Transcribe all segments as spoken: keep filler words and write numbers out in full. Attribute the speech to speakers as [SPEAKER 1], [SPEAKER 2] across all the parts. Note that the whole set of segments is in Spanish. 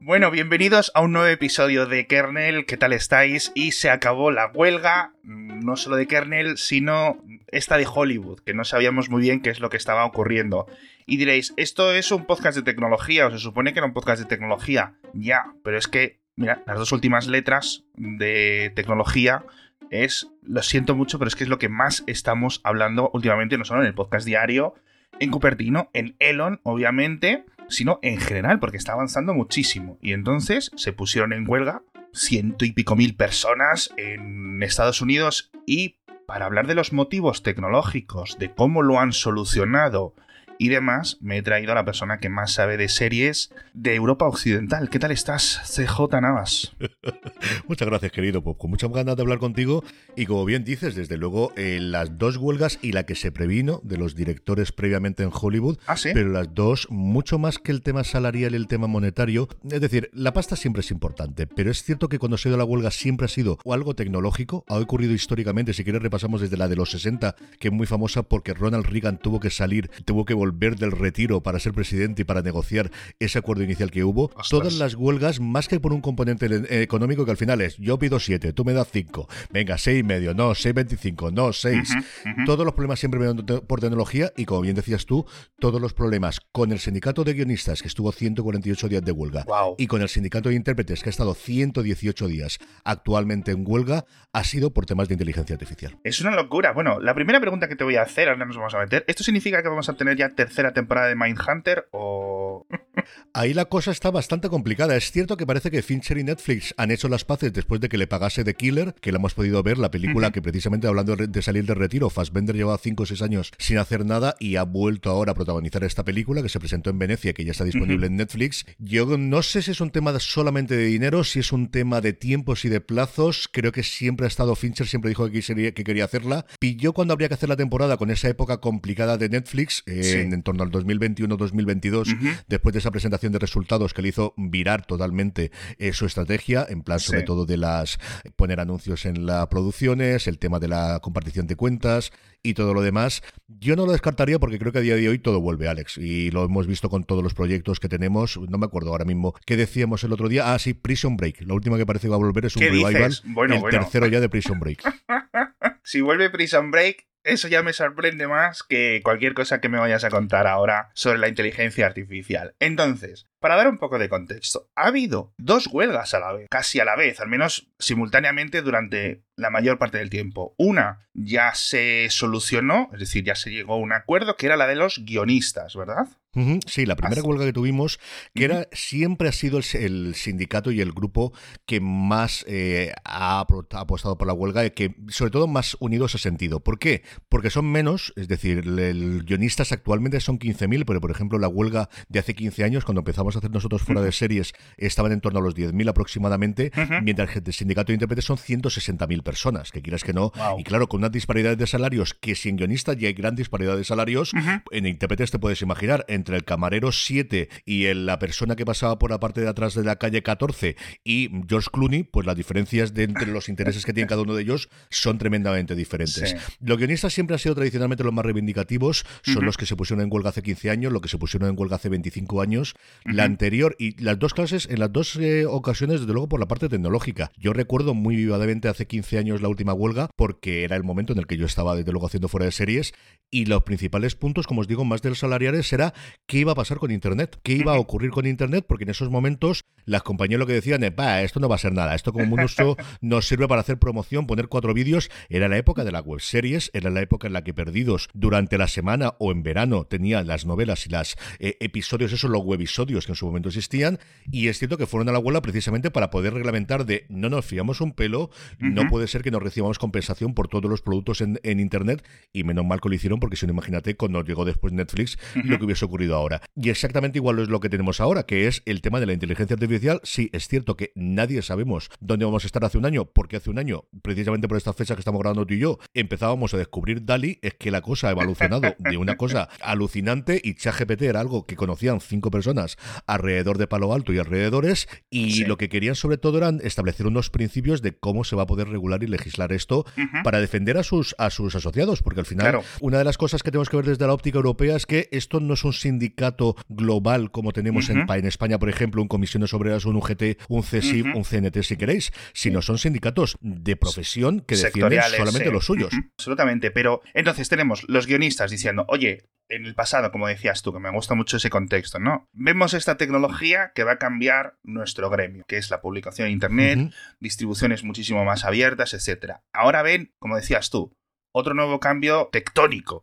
[SPEAKER 1] Bueno, bienvenidos a un nuevo episodio de Kernel. ¿Qué tal estáis? Y se acabó la huelga, no solo de Kernel, sino esta de Hollywood, que no sabíamos muy bien qué es lo que estaba ocurriendo. Y diréis, ¿esto es un podcast de tecnología? ¿O se supone que era un podcast de tecnología? Ya, pero es que, mira, las dos últimas letras de tecnología es, lo siento mucho, pero es que es lo que más estamos hablando últimamente, no solo en el podcast diario, en Cupertino, en Elon, obviamente, sino en general, porque está avanzando muchísimo. Y entonces se pusieron en huelga ciento y pico mil personas en Estados Unidos. Y para hablar de los motivos tecnológicos, de cómo lo han solucionado y demás, me he traído a la persona que más sabe de series de Europa Occidental. ¿Qué tal estás, C J Navas?
[SPEAKER 2] Muchas gracias, querido. Pues con muchas ganas de hablar contigo. Y como bien dices, desde luego, eh, las dos huelgas y la que se previno de los directores previamente en Hollywood,
[SPEAKER 1] ¿Ah, sí?
[SPEAKER 2] Pero las dos, mucho más que el tema salarial y el tema monetario. Es decir, la pasta siempre es importante, pero es cierto que cuando se ha ido la huelga siempre ha sido o algo tecnológico, ha ocurrido históricamente. Si quieres repasamos desde la de los sesenta, que es muy famosa porque Ronald Reagan tuvo que salir, tuvo que volver del retiro para ser presidente y para negociar ese acuerdo inicial que hubo. Ostras. Todas las huelgas, más que por un componente económico que al final es, yo pido siete, tú me das cinco, venga, seis y medio, no, seis veinticinco, no, seis. Uh-huh, uh-huh. Todos los problemas siempre vienen por tecnología y, como bien decías tú, todos los problemas con el sindicato de guionistas, que estuvo ciento cuarenta y ocho días de huelga,
[SPEAKER 1] wow.
[SPEAKER 2] y con el sindicato de intérpretes, que ha estado ciento dieciocho días actualmente en huelga, ha sido por temas de inteligencia artificial.
[SPEAKER 1] Es una locura. Bueno, la primera pregunta que te voy a hacer, ahora nos vamos a meter, ¿esto significa que vamos a tener ya tercera temporada de Mindhunter o...?
[SPEAKER 2] Ahí la cosa está bastante complicada. Es cierto que parece que Fincher y Netflix han hecho las paces después de que le pagase The Killer, que la hemos podido ver, la película uh-huh. que precisamente, hablando de salir del retiro, Fassbender llevaba cinco o seis años sin hacer nada y ha vuelto ahora a protagonizar esta película que se presentó en Venecia, que ya está disponible uh-huh. en Netflix. Yo no sé si es un tema solamente de dinero, si es un tema de tiempos y de plazos. Creo que siempre ha estado Fincher, siempre dijo que, quería, que quería hacerla. Pilló cuando habría que hacer la temporada con esa época complicada de Netflix, eh, sí. en, en torno al dos mil veintiuno dos mil veintidós, uh-huh. después de esa presentación de resultados que le hizo virar totalmente eh, su estrategia, en plan sobre sí. todo de las poner anuncios en las producciones, el tema de la compartición de cuentas y todo lo demás. Yo no lo descartaría porque creo que a día de hoy todo vuelve, Alex, y lo hemos visto con todos los proyectos que tenemos. No me acuerdo ahora mismo qué decíamos el otro día. Ah, sí, Prison Break. La última que parece que va a volver es un revival.
[SPEAKER 1] Bueno,
[SPEAKER 2] el
[SPEAKER 1] bueno.
[SPEAKER 2] tercero ya de Prison Break.
[SPEAKER 1] Si vuelve Prison Break, eso ya me sorprende más que cualquier cosa que me vayas a contar ahora sobre la inteligencia artificial. Entonces, para dar un poco de contexto, ha habido dos huelgas a la vez, casi a la vez, al menos simultáneamente durante la mayor parte del tiempo. Una ya se solucionó, es decir, ya se llegó a un acuerdo, que era la de los guionistas, ¿verdad?
[SPEAKER 2] Uh-huh. Sí, la primera huelga que tuvimos, que uh-huh. era siempre ha sido el, el sindicato y el grupo que más eh, ha, ha apostado por la huelga y que sobre todo más unidos a sentido. ¿Por qué? Porque son menos, es decir, el guionistas actualmente son quince mil, pero por ejemplo la huelga de hace quince años, cuando empezamos a hacer nosotros fuera uh-huh. de series, estaban en torno a los diez mil aproximadamente, uh-huh. mientras que el sindicato de intérpretes son ciento sesenta mil personas, que quieras que no, wow. y claro, con unas disparidades de salarios, que si en guionistas ya hay gran disparidad de salarios, uh-huh. en intérpretes te puedes imaginar, entre el camarero siete y el, la persona que pasaba por la parte de atrás de la calle catorce y George Clooney, pues las diferencias de entre los intereses que tienen cada uno de ellos son tremendamente diferentes. Sí. Los guionistas siempre han sido tradicionalmente los más reivindicativos, son uh-huh. los que se pusieron en huelga hace quince años, los que se pusieron en huelga hace veinticinco años, uh-huh. la anterior y las dos clases, en las dos eh, ocasiones, desde luego por la parte tecnológica. Yo recuerdo muy vivamente hace quince años la última huelga, porque era el momento en el que yo estaba desde luego haciendo fuera de series, y los principales puntos, como os digo, más del salariales, era qué iba a pasar con Internet, qué iba a ocurrir con Internet, porque en esos momentos las compañías lo que decían es, bah, esto no va a ser nada, esto como mucho nos sirve para hacer promoción, poner cuatro vídeos. Era la época de las webseries, era la época en la que Perdidos durante la semana o en verano tenía las novelas y los eh, episodios, esos los webisodios que en su momento existían, y es cierto que fueron a la huelga precisamente para poder reglamentar de no nos fiamos un pelo, uh-huh. no puede ser que nos recibamos compensación por todos los productos en, en Internet, y menos mal que lo hicieron, porque si no, imagínate cuando llegó después Netflix uh-huh. lo que hubiese ocurrido ahora. Y exactamente igual es lo que tenemos ahora, que es el tema de la inteligencia artificial. Sí, es cierto que nadie sabemos dónde vamos a estar hace un año, porque hace un año, precisamente por esta fecha que estamos grabando tú y yo, empezábamos a descubrir DALL-E. Es que la cosa ha evolucionado de una cosa alucinante, y ChatGPT era algo que conocían cinco personas alrededor de Palo Alto y alrededores, y sí. lo que querían sobre todo eran establecer unos principios de cómo se va a poder regular y legislar esto uh-huh. para defender a sus, a sus asociados, porque al final claro. una de las cosas que tenemos que ver desde la óptica europea es que esto no es un sindicato global como tenemos uh-huh. en, en España, por ejemplo, un comisiones obreras, un U G T, un C S I F, uh-huh. un C N T si queréis, sino son sindicatos de profesión que defienden solamente sí. los suyos.
[SPEAKER 1] Uh-huh. Absolutamente, pero entonces tenemos los guionistas diciendo, oye, en el pasado, como decías tú, que me gusta mucho ese contexto, ¿no? Vemos esta tecnología que va a cambiar nuestro gremio, que es la publicación en Internet, uh-huh. distribuciones muchísimo más abiertas, etcétera. Ahora ven, como decías tú, otro nuevo cambio tectónico.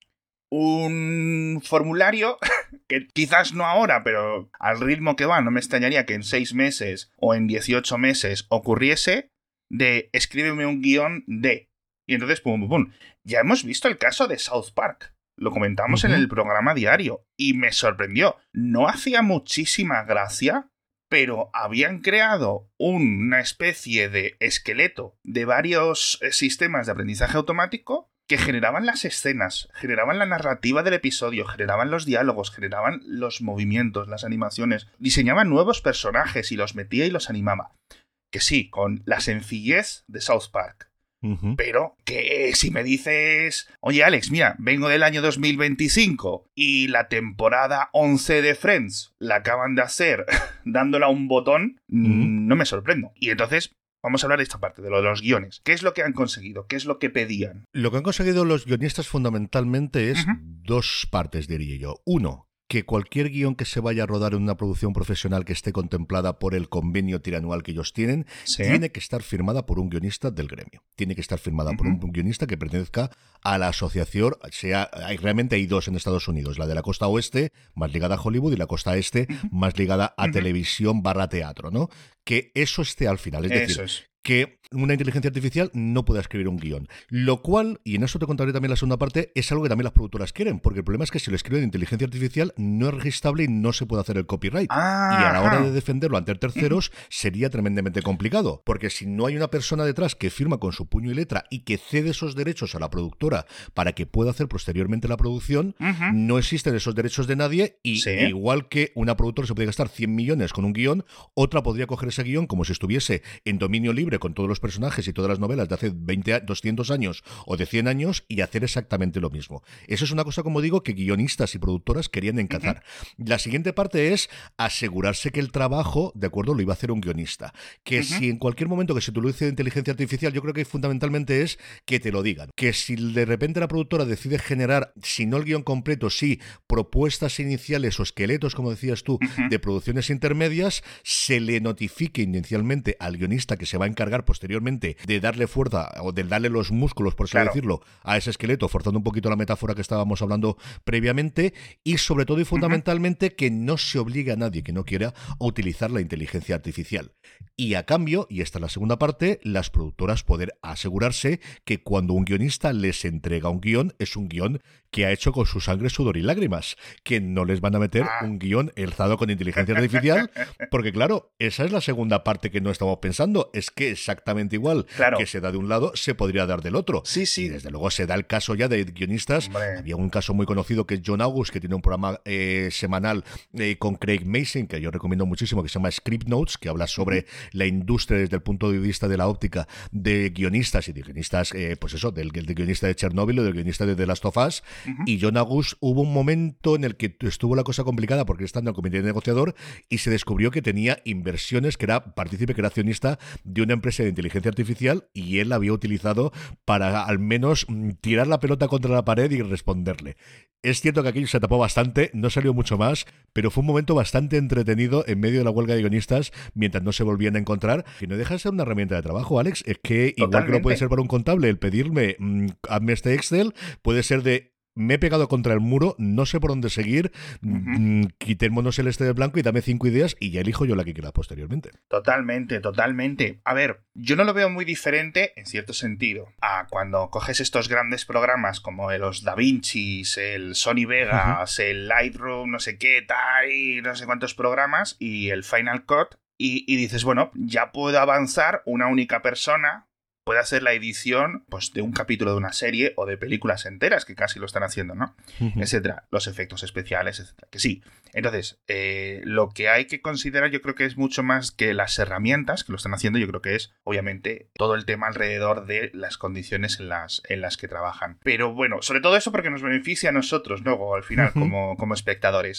[SPEAKER 1] Un formulario que quizás no ahora, pero al ritmo que va, no me extrañaría que en seis meses o en dieciocho meses ocurriese de escríbeme un guión de... Y entonces, pum, pum, pum. Ya hemos visto el caso de South Park. Lo comentamos uh-huh. en el programa diario y me sorprendió. No hacía muchísima gracia, pero habían creado una especie de esqueleto de varios sistemas de aprendizaje automático que generaban las escenas, generaban la narrativa del episodio, generaban los diálogos, generaban los movimientos, las animaciones, diseñaban nuevos personajes y los metía y los animaba. Que sí, con la sencillez de South Park. Uh-huh. Pero que si me dices, oye Alex, mira, vengo del año dos mil veinticinco y la temporada once de Friends la acaban de hacer dándola a un botón, uh-huh. no me sorprendo. Y entonces... vamos a hablar de esta parte, de lo de los guiones. ¿Qué es lo que han conseguido? ¿Qué es lo que pedían?
[SPEAKER 2] Lo que han conseguido los guionistas fundamentalmente es uh-huh. dos partes, diría yo. Uno, que cualquier guión que se vaya a rodar en una producción profesional que esté contemplada por el convenio trianual que ellos tienen, ¿sí? tiene que estar firmada por un guionista del gremio. Tiene que estar firmada uh-huh. por un guionista que pertenezca a la asociación, sea, hay, realmente hay dos en Estados Unidos, la de la costa oeste, más ligada a Hollywood, y la costa este, uh-huh. más ligada a uh-huh. televisión barra teatro, ¿no? Que eso esté al final, es decir...
[SPEAKER 1] Eso es.
[SPEAKER 2] que una inteligencia artificial no pueda escribir un guión. Lo cual, y en eso te contaré también la segunda parte, es algo que también las productoras quieren, porque el problema es que si lo escriben en inteligencia artificial no es registrable y no se puede hacer el copyright.
[SPEAKER 1] Ah,
[SPEAKER 2] y a la hora de defenderlo ante terceros sería tremendamente complicado, porque si no hay una persona detrás que firma con su puño y letra y que cede esos derechos a la productora para que pueda hacer posteriormente la producción, uh-huh. no existen esos derechos de nadie y ¿sí? igual que una productora se podría gastar cien millones con un guión, otra podría coger ese guión como si estuviese en dominio libre con todos los personajes y todas las novelas de hace veinte, doscientos años o de cien años y hacer exactamente lo mismo. Eso es una cosa, como digo, que guionistas y productoras querían encazar. Uh-huh. La siguiente parte es asegurarse que el trabajo, de acuerdo, lo iba a hacer un guionista. Que uh-huh. si en cualquier momento que se utilice inteligencia artificial, yo creo que fundamentalmente es que te lo digan. Que si de repente la productora decide generar, si no el guión completo, sí, propuestas iniciales o esqueletos, como decías tú, uh-huh. de producciones intermedias, se le notifique inicialmente al guionista que se va a encargar posteriormente de darle fuerza o de darle los músculos, por así claro. decirlo, a ese esqueleto, forzando un poquito la metáfora que estábamos hablando previamente, y sobre todo y fundamentalmente uh-huh. que no se obligue a nadie que no quiera a utilizar la inteligencia artificial. Y a cambio, y esta es la segunda parte, las productoras poder asegurarse que cuando un guionista les entrega un guión, es un guión que ha hecho con su sangre, sudor y lágrimas, que no les van a meter ah. un guión alzado con inteligencia artificial, porque claro, esa es la segunda parte que no estamos pensando, es que exactamente igual claro. que se da de un lado, se podría dar del otro.
[SPEAKER 1] Sí, sí.
[SPEAKER 2] Y desde luego se da el caso ya de guionistas. Hombre. Había un caso muy conocido que es John August, que tiene un programa eh, semanal eh, con Craig Mason, que yo recomiendo muchísimo, que se llama Script Notes, que habla sobre uh-huh. la industria desde el punto de vista de la óptica de guionistas y de guionistas, eh, pues eso, del, del guionista de Chernobyl o del guionista de The Last of Us. Uh-huh. Y John August, hubo un momento en el que estuvo la cosa complicada porque está en el comité negociador y se descubrió que tenía inversiones, que era partícipe, que era accionista de una empresa de inteligencia artificial, y él la había utilizado para al menos tirar la pelota contra la pared y responderle. Es cierto que aquello se tapó bastante, no salió mucho más, pero fue un momento bastante entretenido en medio de la huelga de guionistas mientras no se volvían a encontrar. Que no deja de ser una herramienta de trabajo, Alex. Es que igual Totalmente. Que lo puede ser para un contable el pedirme, mmm, hazme este Excel, puede ser de me he pegado contra el muro, no sé por dónde seguir, uh-huh. quitémonos el este de blanco y dame cinco ideas y ya elijo yo la que quiera posteriormente.
[SPEAKER 1] Totalmente, totalmente. A ver, yo no lo veo muy diferente, en cierto sentido, a cuando coges estos grandes programas como los DaVinci, el Sony Vegas, uh-huh. el Lightroom, no sé qué, tal, y no sé cuántos programas, y el Final Cut, y, y dices, bueno, ya puedo avanzar una única persona, puede hacer la edición pues de un capítulo de una serie o de películas enteras, que casi lo están haciendo, ¿no? Uh-huh. Etcétera. Los efectos especiales, etcétera. Que sí. Entonces, eh, lo que hay que considerar yo creo que es mucho más que las herramientas que lo están haciendo, yo creo que es, obviamente, todo el tema alrededor de las condiciones en las, en las que trabajan. Pero bueno, sobre todo eso porque nos beneficia a nosotros, luego, al final, uh-huh. como, como espectadores.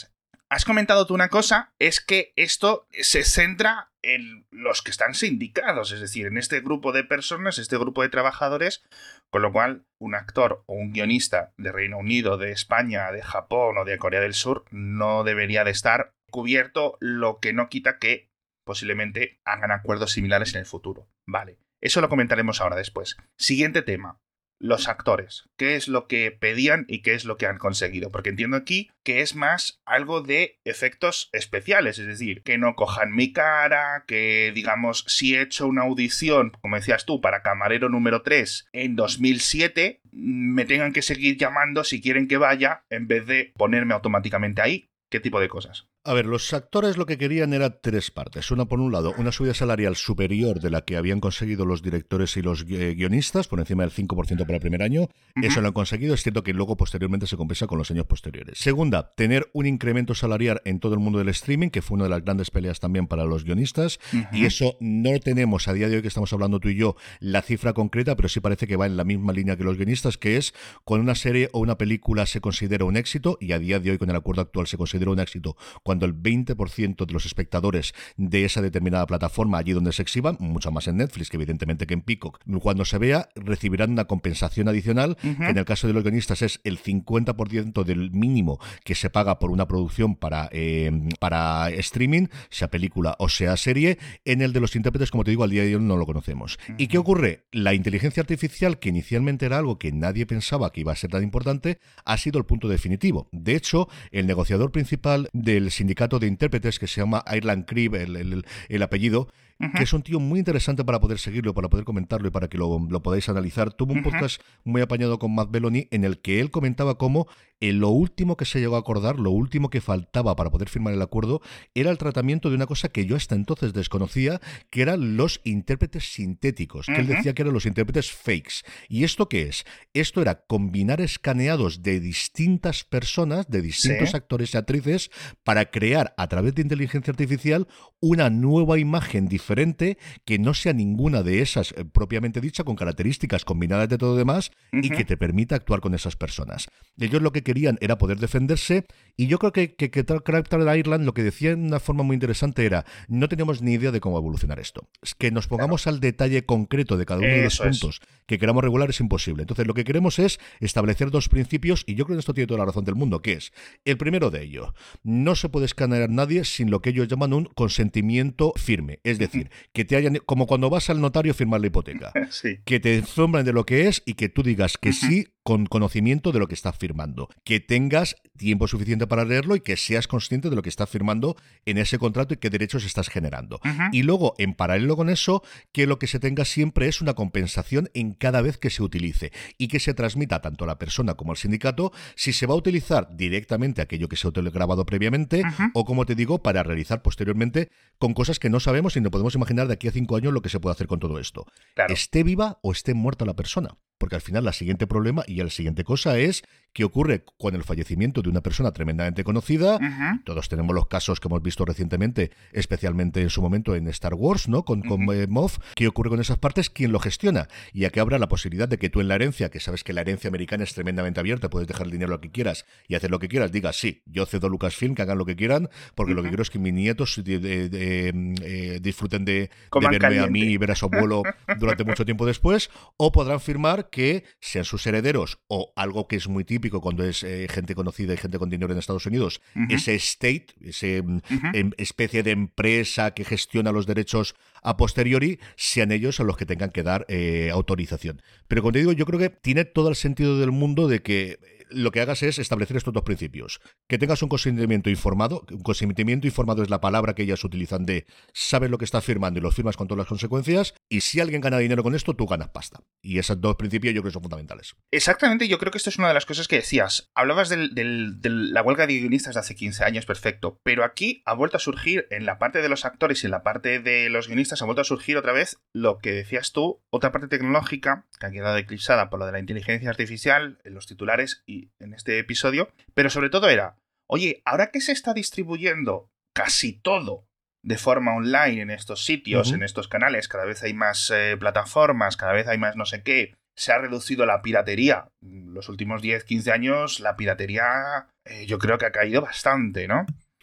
[SPEAKER 1] has comentado tú una cosa, es que esto se centra en los que están sindicados, es decir, en este grupo de personas, este grupo de trabajadores, con lo cual un actor o un guionista de Reino Unido, de España, de Japón o de Corea del Sur no debería de estar cubierto, lo que no quita que posiblemente hagan acuerdos similares en el futuro. Vale, eso lo comentaremos ahora después. Siguiente tema. Los actores, qué es lo que pedían y qué es lo que han conseguido, porque entiendo aquí que es más algo de efectos especiales, es decir, que no cojan mi cara, que digamos, si he hecho una audición, como decías tú, para Camarero número tres en dos mil siete, me tengan que seguir llamando si quieren que vaya, en vez de ponerme automáticamente ahí. ¿Qué tipo de cosas?
[SPEAKER 2] A ver, los actores lo que querían era tres partes. Una, por un lado, una subida salarial superior de la que habían conseguido los directores y los guionistas, por encima del cinco por ciento para el primer año. Uh-huh. Eso lo han conseguido, es cierto que luego posteriormente se compensa con los años posteriores. Segunda, tener un incremento salarial en todo el mundo del streaming, que fue una de las grandes peleas también para los guionistas, uh-huh. y eso no tenemos a día de hoy que estamos hablando tú y yo la cifra concreta, pero sí parece que va en la misma línea que los guionistas, que es cuando una serie o una película se considera un éxito, y a día de hoy con el acuerdo actual se considera un éxito cuando el veinte por ciento de los espectadores de esa determinada plataforma, allí donde se exhiban, mucho más en Netflix que evidentemente que en Peacock, cuando se vea, recibirán una compensación adicional, uh-huh. que en el caso de los guionistas es el cincuenta por ciento del mínimo que se paga por una producción para, eh, para streaming, sea película o sea serie. En el de los intérpretes, como te digo, al día de hoy no lo conocemos. Uh-huh. ¿Y qué ocurre? La inteligencia artificial, que inicialmente era algo que nadie pensaba que iba a ser tan importante, ha sido el punto definitivo. De hecho, el negociador principal del sindicato de intérpretes, que se llama Ireland Cribb, el, el, el apellido, uh-huh. que es un tío muy interesante para poder seguirlo, para poder comentarlo y para que lo, lo podáis analizar. Tuvo un uh-huh. podcast muy apañado con Matt Belloni en el que él comentaba cómo en lo último que se llegó a acordar, lo último que faltaba para poder firmar el acuerdo, era el tratamiento de una cosa que yo hasta entonces desconocía, que eran los intérpretes sintéticos, uh-huh. que él decía que eran los intérpretes fakes. ¿Y esto qué es? Esto era combinar escaneados de distintas personas, de distintos ¿Sí? actores y actrices, para crear a través de inteligencia artificial una nueva imagen diferente que no sea ninguna de esas eh, propiamente dicha, con características combinadas de todo demás, uh-huh. y que te permita actuar con esas personas. Ellos lo que querían era poder defenderse, y yo creo que, que, que Character Ireland lo que decía de una forma muy interesante era: no teníamos ni idea de cómo evolucionar esto. Es que nos pongamos claro. al detalle concreto de cada uno Eso de los puntos es. que queramos regular es imposible. Entonces lo que queremos es establecer dos principios, y yo creo que esto tiene toda la razón del mundo, que es, el primero de ellos, no se puede escanear a nadie sin lo que ellos llaman un consentimiento firme. Es decir, que te hayan, como cuando vas al notario a firmar la hipoteca, sí. que te informen de lo que es y que tú digas que uh-huh. sí con conocimiento de lo que estás firmando, que tengas tiempo suficiente para leerlo y que seas consciente de lo que estás firmando en ese contrato y qué derechos estás generando. Uh-huh. Y luego, en paralelo con eso, que lo que se tenga siempre es una compensación en cada vez que se utilice y que se transmita tanto a la persona como al sindicato si se va a utilizar directamente aquello que se ha grabado previamente uh-huh. o, como te digo, para realizar posteriormente con cosas que no sabemos y no podemos imaginar de aquí a cinco años lo que se puede hacer con todo esto. Claro. Esté viva o esté muerta la persona. Porque al final la siguiente problema y la siguiente cosa es qué ocurre con el fallecimiento de una persona tremendamente conocida. Uh-huh. Todos tenemos los casos que hemos visto recientemente, especialmente en su momento en Star Wars, ¿no? Con, uh-huh. con eh, Moff. ¿Qué ocurre con esas partes? ¿Quién lo gestiona? Y aquí habrá la posibilidad de que tú en la herencia, que sabes que la herencia americana es tremendamente abierta, puedes dejar el dinero lo que quieras y hacer lo que quieras, digas, sí, yo cedo a Lucasfilm, que hagan lo que quieran, porque uh-huh. lo que quiero es que mis nietos de, de, de, de, disfruten de, de verme caliente. a mí y ver a su abuelo durante mucho tiempo después, o podrán firmar que sean sus herederos, o algo que es muy típico cuando es eh, gente conocida y gente con dinero en Estados Unidos, uh-huh. ese estate, ese uh-huh. em, especie de empresa que gestiona los derechos a posteriori, sean ellos a los que tengan que dar eh, autorización. Pero como te digo, yo creo que tiene todo el sentido del mundo de que lo que hagas es establecer estos dos principios. Que tengas un consentimiento informado. Un consentimiento informado es la palabra que ellas utilizan de sabes lo que estás firmando y lo firmas con todas las consecuencias. Y si alguien gana dinero con esto, tú ganas pasta. Y esos dos principios yo creo que son fundamentales.
[SPEAKER 1] Exactamente, yo creo que esto es una de las cosas que decías. Hablabas del, del, de la huelga de guionistas de hace quince años, perfecto. Pero aquí ha vuelto a surgir, en la parte de los actores y en la parte de los guionistas, ha vuelto a surgir otra vez lo que decías tú, otra parte tecnológica que ha quedado eclipsada por lo de la inteligencia artificial en los titulares y en este episodio, pero sobre todo era, oye, ahora que se está distribuyendo casi todo de forma online en estos sitios, uh-huh. en estos canales, cada vez hay más eh, plataformas, cada vez hay más no sé qué, se ha reducido la piratería. Los últimos diez, quince años la piratería eh, yo creo que ha caído bastante, ¿no?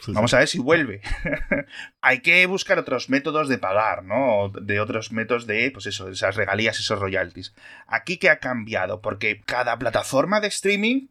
[SPEAKER 1] Sí, Vamos sí. a ver si vuelve. Hay que buscar otros métodos de pagar, ¿no? De otros métodos de, pues eso, esas regalías, esos royalties. Aquí, ¿qué ha cambiado? Porque cada plataforma de streaming,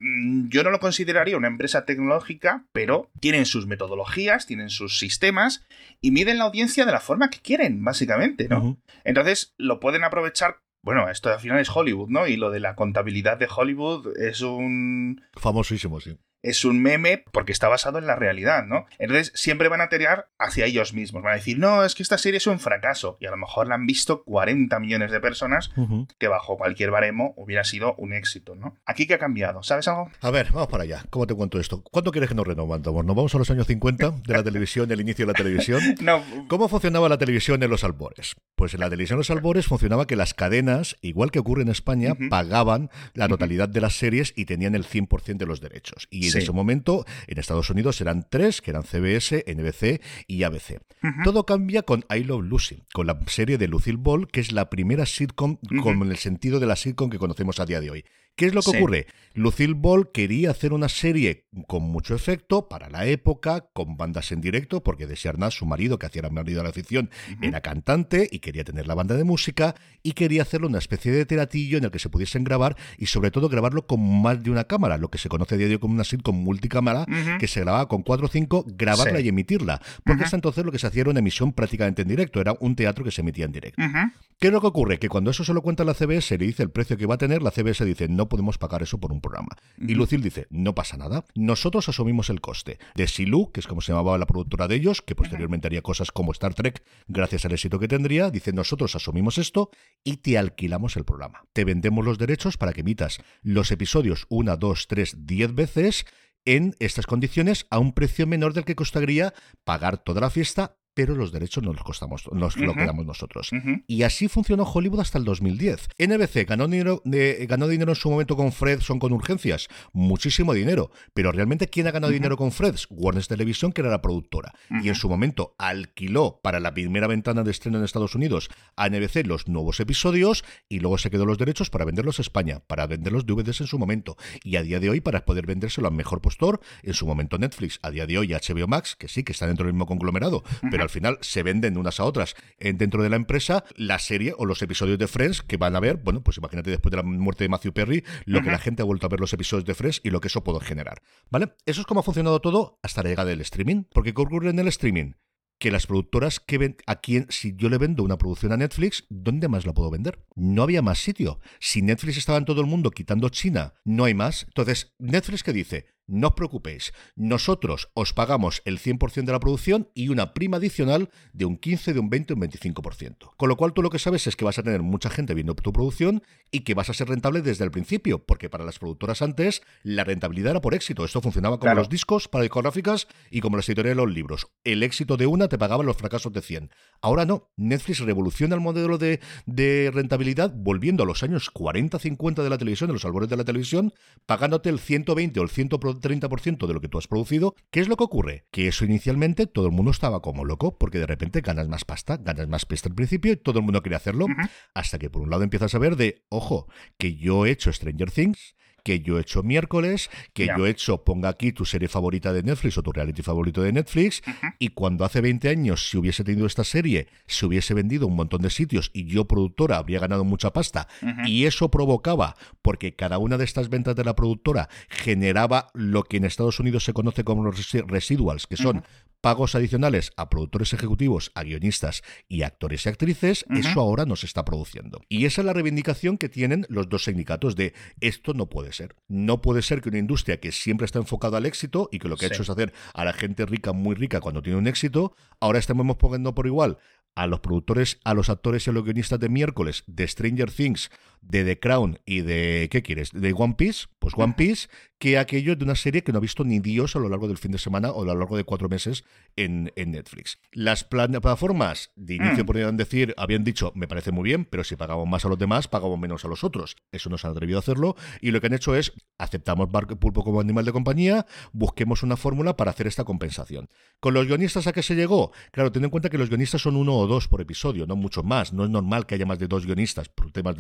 [SPEAKER 1] yo no lo consideraría una empresa tecnológica, pero tienen sus metodologías, tienen sus sistemas y miden la audiencia de la forma que quieren, básicamente, ¿no? Uh-huh. Entonces, lo pueden aprovechar. Bueno, esto al final es Hollywood, ¿no? Y lo de la contabilidad de Hollywood es un...
[SPEAKER 2] famosísimo, sí.
[SPEAKER 1] Es un meme porque está basado en la realidad, ¿no? Entonces siempre van a tirar hacia ellos mismos. Van a decir, no, es que esta serie es un fracaso. Y a lo mejor la han visto cuarenta millones de personas, uh-huh. que bajo cualquier baremo hubiera sido un éxito, ¿no? ¿Aquí qué ha cambiado? ¿Sabes algo?
[SPEAKER 2] A ver, vamos para allá. ¿Cómo te cuento esto? ¿Cuánto quieres que nos renovamos? ¿Nos vamos a los años cincuenta de la televisión, el inicio de la televisión?
[SPEAKER 1] No.
[SPEAKER 2] ¿Cómo funcionaba la televisión en los albores? Pues en la televisión en los albores funcionaba que las cadenas, igual que ocurre en España, uh-huh. pagaban la totalidad uh-huh. de las series y tenían el cien por ciento de los derechos. Y en sí. ese momento... en Estados Unidos eran tres, que eran C B S, N B C y A B C. Uh-huh. Todo cambia con I Love Lucy, con la serie de Lucille Ball, que es la primera sitcom uh-huh. con el sentido de la sitcom que conocemos a día de hoy. ¿Qué es lo que sí. ocurre? Lucille Ball quería hacer una serie con mucho efecto para la época, con bandas en directo, porque Desi Arnaz, su marido, que hacía el marido de la ficción, uh-huh. era cantante y quería tener la banda de música y quería hacerlo una especie de teatillo en el que se pudiesen grabar y sobre todo grabarlo con más de una cámara, lo que se conoce a día de hoy como una sitcom multicámara, uh-huh. que se grababa con cuatro o cinco, grabarla sí. y emitirla. Porque uh-huh. hasta entonces lo que se hacía era una emisión prácticamente en directo, era un teatro que se emitía en directo. Uh-huh. ¿Qué es lo que ocurre? Que cuando eso se lo cuenta la C B S, le dice el precio que va a tener, la C B S dice, no podemos pagar eso por un programa. Uh-huh. Y Lucille dice, no pasa nada, nosotros asumimos el coste. De Silu, que es como se llamaba la productora de ellos, que posteriormente haría cosas como Star Trek, gracias al éxito que tendría, dice, nosotros asumimos esto y te alquilamos el programa. Te vendemos los derechos para que emitas los episodios una, dos, tres, diez veces en estas condiciones a un precio menor del que costaría pagar toda la fiesta, pero los derechos nos los costamos, nos uh-huh. lo quedamos nosotros. Uh-huh. Y así funcionó Hollywood hasta el dos mil diez. N B C ganó dinero, eh, ganó dinero en su momento con Fred, son con urgencias, muchísimo dinero, pero realmente ¿quién ha ganado uh-huh. dinero con Fred? Warner Television, que era la productora, uh-huh. y en su momento alquiló para la primera ventana de estreno en Estados Unidos a N B C los nuevos episodios y luego se quedó los derechos para venderlos a España, para vender los D V Ds en su momento, y a día de hoy para poder vendérselo al mejor postor, en su momento Netflix, a día de hoy H B O Max, que sí, que está dentro del mismo conglomerado, uh-huh. pero al final se venden unas a otras dentro de la empresa la serie o los episodios de Friends que van a ver, bueno, pues imagínate después de la muerte de Matthew Perry, lo uh-huh. que la gente ha vuelto a ver los episodios de Friends y lo que eso puede generar, ¿vale? Eso es como ha funcionado todo hasta la llegada del streaming, porque ¿qué ocurre en el streaming? Que las productoras que ven, a quien, si yo le vendo una producción a Netflix, ¿dónde más la puedo vender? No había más sitio. Si Netflix estaba en todo el mundo quitando China, no hay más. Entonces, ¿Netflix qué dice? No os preocupéis, nosotros os pagamos el cien por ciento de la producción y una prima adicional de un quince, de un veinte, un veinticinco por ciento. Con lo cual tú lo que sabes es que vas a tener mucha gente viendo tu producción y que vas a ser rentable desde el principio, porque para las productoras antes la rentabilidad era por éxito. Esto funcionaba como claro. los discos para discográficas y como las editoriales de los libros. El éxito de una te pagaba los fracasos de cien. Ahora no, Netflix revoluciona el modelo de, de rentabilidad volviendo a los años cuarenta, cincuenta de la televisión, de los albores de la televisión, pagándote el ciento veinte o el ciento treinta por ciento de lo que tú has producido. ¿Qué es lo que ocurre? Que eso inicialmente todo el mundo estaba como loco, porque de repente ganas más pasta, ganas más pasta al principio y todo el mundo quería hacerlo, uh-huh. hasta que por un lado empiezas a ver de, ojo, que yo he hecho Stranger Things, que yo he hecho miércoles, que yeah. yo he hecho ponga aquí tu serie favorita de Netflix o tu reality favorito de Netflix, uh-huh. y cuando hace veinte años si hubiese tenido esta serie, se hubiese vendido un montón de sitios y yo productora habría ganado mucha pasta, uh-huh. y eso provocaba, porque cada una de estas ventas de la productora generaba lo que en Estados Unidos se conoce como los residuals, que son uh-huh. pagos adicionales a productores ejecutivos, a guionistas y actores y actrices, uh-huh. eso ahora no se está produciendo. Y esa es la reivindicación que tienen los dos sindicatos de esto no puede ser. No puede ser que una industria que siempre está enfocada al éxito y que lo que sí. ha hecho es hacer a la gente rica muy rica cuando tiene un éxito, ahora estamos poniendo por igual a los productores, a los actores y a los guionistas de miércoles, de Stranger Things, de The Crown y de, ¿qué quieres?, de One Piece, pues One Piece, que aquello de una serie que no ha visto ni Dios a lo largo del fin de semana o a lo largo de cuatro meses en, en Netflix. Las plataformas de inicio mm. podrían decir, habían dicho, me parece muy bien, pero si pagamos más a los demás, pagamos menos a los otros. Eso no se han atrevido a hacerlo y lo que han hecho es, aceptamos pulpo como animal de compañía, busquemos una fórmula para hacer esta compensación. ¿Con los guionistas a qué se llegó? Claro, ten en cuenta que los guionistas son uno o dos por episodio, no mucho más. No es normal que haya más de dos guionistas por temas de derechos.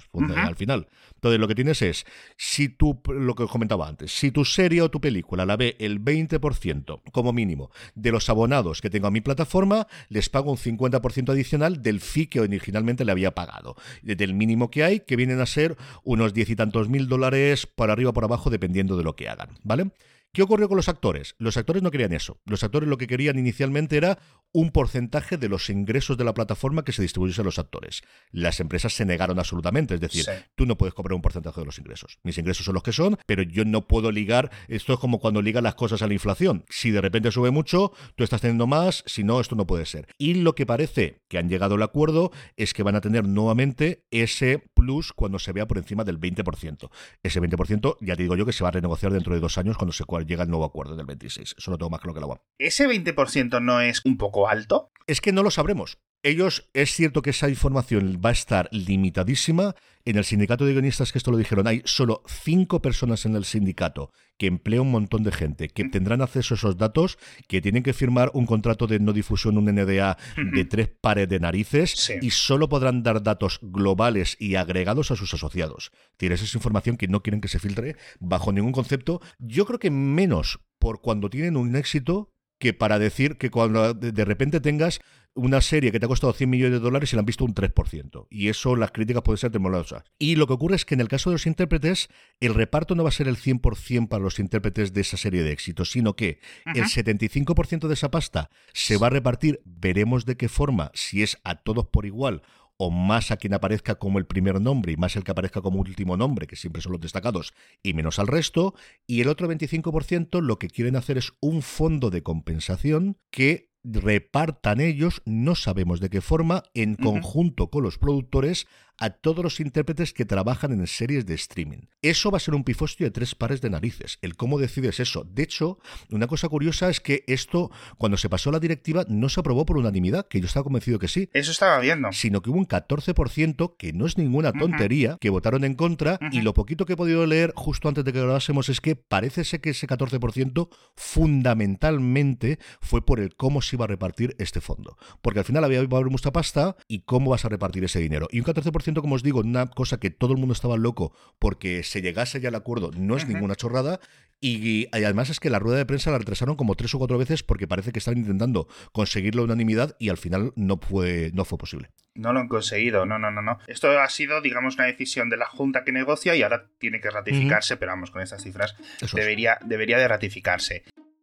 [SPEAKER 2] uh-huh. al final. Entonces, lo que tienes es, si tú, lo que os comentaba antes, si tu serie o tu película la ve el veinte por ciento, como mínimo, de los abonados que tengo a mi plataforma, les pago un cincuenta por ciento adicional del fee que originalmente le había pagado. Del mínimo que hay, que vienen a ser unos diez y tantos mil dólares para arriba o por abajo, dependiendo de lo que hagan, ¿vale? ¿Qué ocurrió con los actores? Los actores no querían eso. Los actores lo que querían inicialmente era un porcentaje de los ingresos de la plataforma que se distribuyese a los actores. Las empresas se negaron absolutamente, es decir, sí. tú no puedes cobrar un porcentaje de los ingresos. Mis ingresos son los que son, pero yo no puedo ligar, esto es como cuando ligan las cosas a la inflación. Si de repente sube mucho, tú estás teniendo más, si no, esto no puede ser. Y lo que parece que han llegado al acuerdo es que van a tener nuevamente ese plus cuando se vea por encima del veinte por ciento. Ese veinte por ciento, ya te digo yo, que se va a renegociar dentro de dos años cuando se llega el nuevo acuerdo del veintiséis. Eso lo tengo más claro que el agua.
[SPEAKER 1] ¿Ese veinte por ciento no es un poco alto?
[SPEAKER 2] Es que no lo sabremos. Ellos, es cierto que esa información va a estar limitadísima. En el sindicato de guionistas, que esto lo dijeron, hay solo cinco personas en el sindicato que emplea un montón de gente, que tendrán acceso a esos datos, que tienen que firmar un contrato de no difusión, un N D A de tres pares de narices, sí. y solo podrán dar datos globales y agregados a sus asociados. Tienes esa información que no quieren que se filtre bajo ningún concepto. Yo creo que menos por cuando tienen un éxito que para decir que cuando de repente tengas una serie que te ha costado cien millones de dólares y la han visto un tres por ciento. Y eso, las críticas pueden ser tremolosas. Y lo que ocurre es que en el caso de los intérpretes, el reparto no va a ser el cien por ciento para los intérpretes de esa serie de éxitos, sino que uh-huh. el setenta y cinco por ciento de esa pasta se va a repartir, veremos de qué forma, si es a todos por igual o más a quien aparezca como el primer nombre y más el que aparezca como último nombre, que siempre son los destacados, y menos al resto. Y el otro veinticinco por ciento lo que quieren hacer es un fondo de compensación que repartan ellos, no sabemos de qué forma, en uh-huh. conjunto con los productores, a todos los intérpretes que trabajan en series de streaming. Eso va a ser un pifostio de tres pares de narices, el cómo decides eso. De hecho, una cosa curiosa es que esto, cuando se pasó la directiva, no se aprobó por unanimidad, que yo estaba convencido que sí.
[SPEAKER 1] Eso estaba viendo.
[SPEAKER 2] Sino que hubo un catorce por ciento, que no es ninguna tontería, uh-huh. que votaron en contra, uh-huh. y lo poquito que he podido leer justo antes de que grabásemos es que parece ser que ese catorce por ciento fundamentalmente fue por el cómo se iba a repartir este fondo. Porque al final había, va a haber mucha pasta y cómo vas a repartir ese dinero. Y un catorce por ciento, como os digo, una cosa que todo el mundo estaba loco porque se llegase ya al acuerdo, no es uh-huh. ninguna chorrada. Y, y además es que la rueda de prensa la retrasaron como tres o cuatro veces porque parece que están intentando conseguir la unanimidad y al final no fue, no fue posible.
[SPEAKER 1] No lo han conseguido, no, no, no, no. Esto ha sido, digamos, una decisión de la Junta que negocia y ahora tiene que ratificarse, uh-huh. pero vamos, con estas cifras debería, debería de ratificarse.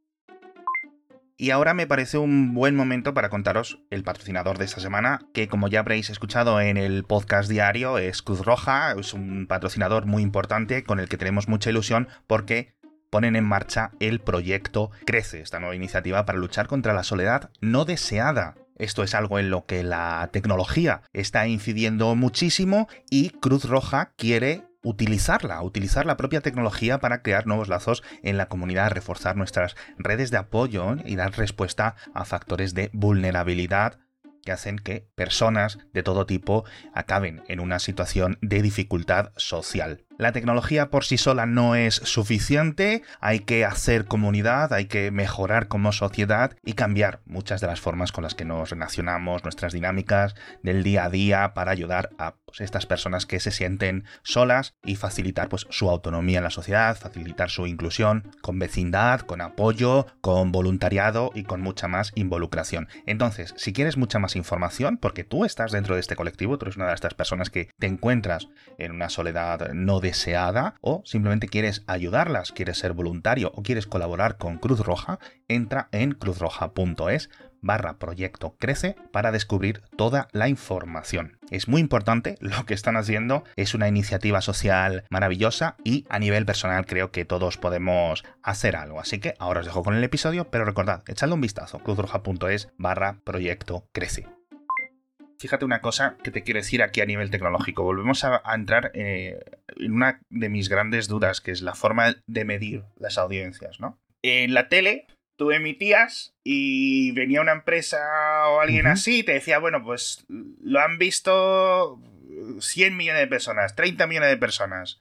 [SPEAKER 1] Y ahora me parece un buen momento para contaros el patrocinador de esta semana, que como ya habréis escuchado en el podcast diario, es Cruz Roja. Es un patrocinador muy importante con el que tenemos mucha ilusión porque ponen en marcha el proyecto Crece, esta nueva iniciativa para luchar contra la soledad no deseada. Esto es algo en lo que la tecnología está incidiendo muchísimo y Cruz Roja quiere utilizarla, utilizar la propia tecnología para crear nuevos lazos en la comunidad, reforzar nuestras redes de apoyo y dar respuesta a factores de vulnerabilidad que hacen que personas de todo tipo acaben en una situación de dificultad social. La tecnología por sí sola no es suficiente, hay que hacer comunidad, hay que mejorar como sociedad y cambiar muchas de las formas con las que nos relacionamos, nuestras dinámicas del día a día para ayudar a pues, estas personas que se sienten solas y facilitar pues, su autonomía en la sociedad, facilitar su inclusión con vecindad, con apoyo, con voluntariado y con mucha más involucración. Entonces, si quieres mucha más información, porque tú estás dentro de este colectivo, tú eres una de estas personas que te encuentras en una soledad no deseada o simplemente quieres ayudarlas, quieres ser voluntario o quieres colaborar con Cruz Roja, entra en cruzroja.es barra proyecto crece para descubrir toda la información. Es muy importante lo que están haciendo, es una iniciativa social maravillosa y a nivel personal creo que todos podemos hacer algo. Así que ahora os dejo con el episodio, pero recordad, echadle un vistazo, cruzroja.es barra proyecto crece. Fíjate una cosa que te quiero decir aquí a nivel tecnológico. Volvemos a, a entrar eh, en una de mis grandes dudas, que es la forma de medir las audiencias, ¿no? En la tele, tú emitías y venía una empresa o alguien uh-huh. así y te decía, bueno, pues lo han visto cien millones de personas, treinta millones de personas.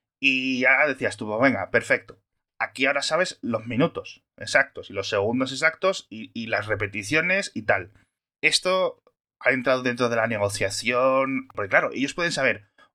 [SPEAKER 1] Y ya decías tú, pues venga, perfecto. Aquí ahora sabes los minutos exactos y los segundos exactos y, y las repeticiones y tal. Esto ha entrado dentro de la negociación, porque claro, ellos pueden saber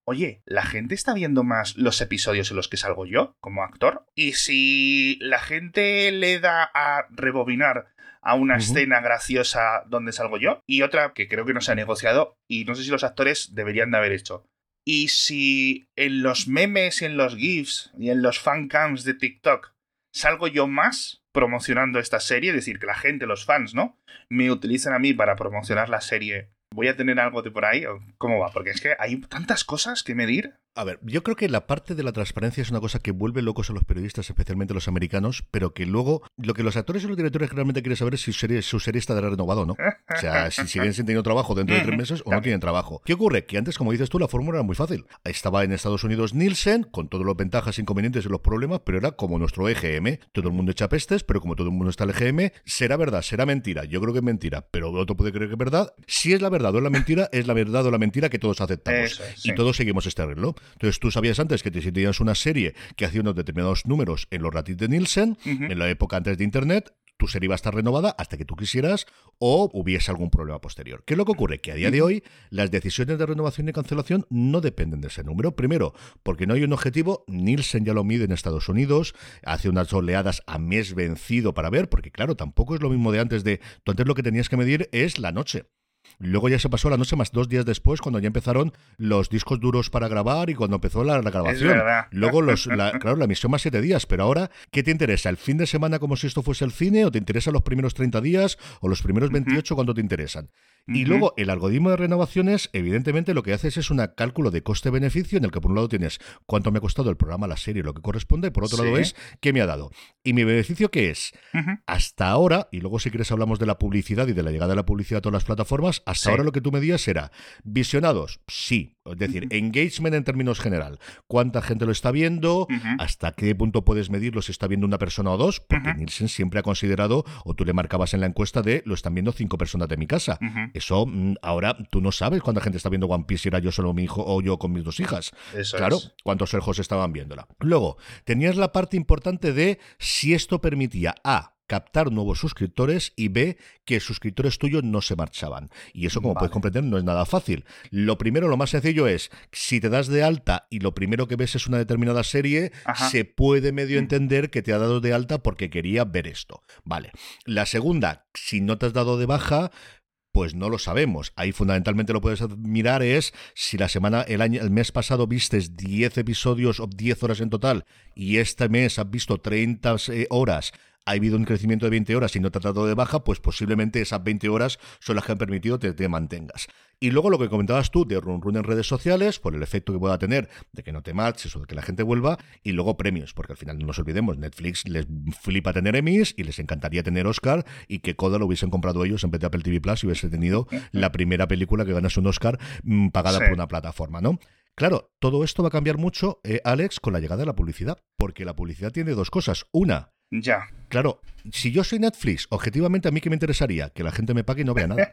[SPEAKER 1] oye, ¿la gente está viendo más los episodios en los que salgo yo como actor? Y si la gente le da a rebobinar a una uh-huh. escena graciosa donde salgo yo, y otra que creo que no se ha negociado, y no sé si los actores deberían de haber hecho. Y si en los memes, en los GIFs y en los fancams de TikTok salgo yo más promocionando esta serie, es decir, que la gente, los fans, ¿no?, me utilizan a mí para promocionar la serie, ¿voy a tener algo de por ahí? ¿O cómo va? Porque es que hay tantas cosas que medir.
[SPEAKER 2] A ver, yo creo que la parte de la transparencia es una cosa que vuelve locos a los periodistas, especialmente los americanos, pero que luego lo que los actores y los directores realmente quieren saber es si su serie, su serie estará renovado o no. O sea, si siguen sin tener trabajo dentro de tres meses o no tienen trabajo. ¿Qué ocurre? Que antes, como dices tú, la fórmula era muy fácil. Estaba en Estados Unidos Nielsen, con todas las ventajas, inconvenientes y los problemas, pero era como nuestro E G M. Todo el mundo echa pestes, pero como todo el mundo está en el E G M, será verdad, será mentira. Yo creo que es mentira, pero otro puede creer que es verdad. Si es la verdad o es la mentira, es la verdad o la mentira que todos aceptamos. Eso es, sí. Y todos seguimos este reloj. Entonces tú sabías antes que si tenías una serie que hacía unos determinados números en los ratings de Nielsen, uh-huh. en la época antes de Internet, tu serie iba a estar renovada hasta que tú quisieras o hubiese algún problema posterior. ¿Qué es lo que ocurre? Que a día de hoy las decisiones de renovación y cancelación no dependen de ese número. Primero, porque no hay un objetivo. Nielsen ya lo mide en Estados Unidos, hace unas oleadas a mes vencido para ver, porque claro, tampoco es lo mismo de antes de... Tú antes lo que tenías que medir es la noche. Luego ya se pasó la noche más dos días después, cuando ya empezaron los discos duros para grabar y cuando empezó la, la grabación. Luego, los, la, claro, la emisión más siete días. Pero ahora, ¿qué te interesa? ¿El fin de semana como si esto fuese el cine? ¿O te interesan los primeros treinta días? ¿O los primeros veintiocho uh-huh. cuando te interesan? Y uh-huh. luego, el algoritmo de renovaciones, evidentemente, lo que haces es un cálculo de coste-beneficio en el que, por un lado, tienes cuánto me ha costado el programa, la serie, lo que corresponde, y por otro sí. lado es qué me ha dado. ¿Y mi beneficio qué es? Uh-huh. Hasta ahora, y luego si quieres hablamos de la publicidad y de la llegada de la publicidad a todas las plataformas, hasta sí. ahora lo que tú medías era visionados, sí, es decir, uh-huh. engagement en términos general. ¿Cuánta gente lo está viendo? Uh-huh. ¿Hasta qué punto puedes medirlo si está viendo una persona o dos? Porque uh-huh. Nielsen siempre ha considerado, o tú le marcabas en la encuesta de, lo están viendo cinco personas de mi casa. Uh-huh. Eso, ahora, tú no sabes cuánta gente está viendo One Piece, si era yo solo mi hijo o yo con mis dos hijas. Eso claro, es. ¿Cuántos ojos estaban viéndola? Luego, tenías la parte importante de si esto permitía a captar nuevos suscriptores y B, que suscriptores tuyos no se marchaban. Y eso, como vale. puedes comprender, no es nada fácil. Lo primero, lo más sencillo es, si te das de alta y lo primero que ves es una determinada serie, Ajá. se puede medio entender que te ha dado de alta porque quería ver esto. Vale. La segunda, si no te has dado de baja, pues no lo sabemos. Ahí fundamentalmente lo puedes mirar es si la semana, el año, el mes pasado vistes diez episodios o diez horas en total y este mes has visto treinta horas, ha habido un crecimiento de veinte horas y no te has dado de baja, pues posiblemente esas veinte horas son las que han permitido que te mantengas. Y luego lo que comentabas tú de run run en redes sociales, por el efecto que pueda tener de que no te marches o de que la gente vuelva, y luego premios, porque al final no nos olvidemos, Netflix les flipa tener Emmys y les encantaría tener Oscar y que Coda lo hubiesen comprado ellos en vez de Apple T V Plus y hubiese tenido la primera película que ganase un Oscar mmm, pagada sí. por una plataforma, ¿no? Claro, todo esto va a cambiar mucho, eh, Alex, con la llegada de la publicidad, porque la publicidad tiene dos cosas. Una,
[SPEAKER 1] ya.
[SPEAKER 2] Claro, si yo soy Netflix, objetivamente a mí que me interesaría que la gente me pague y no vea nada.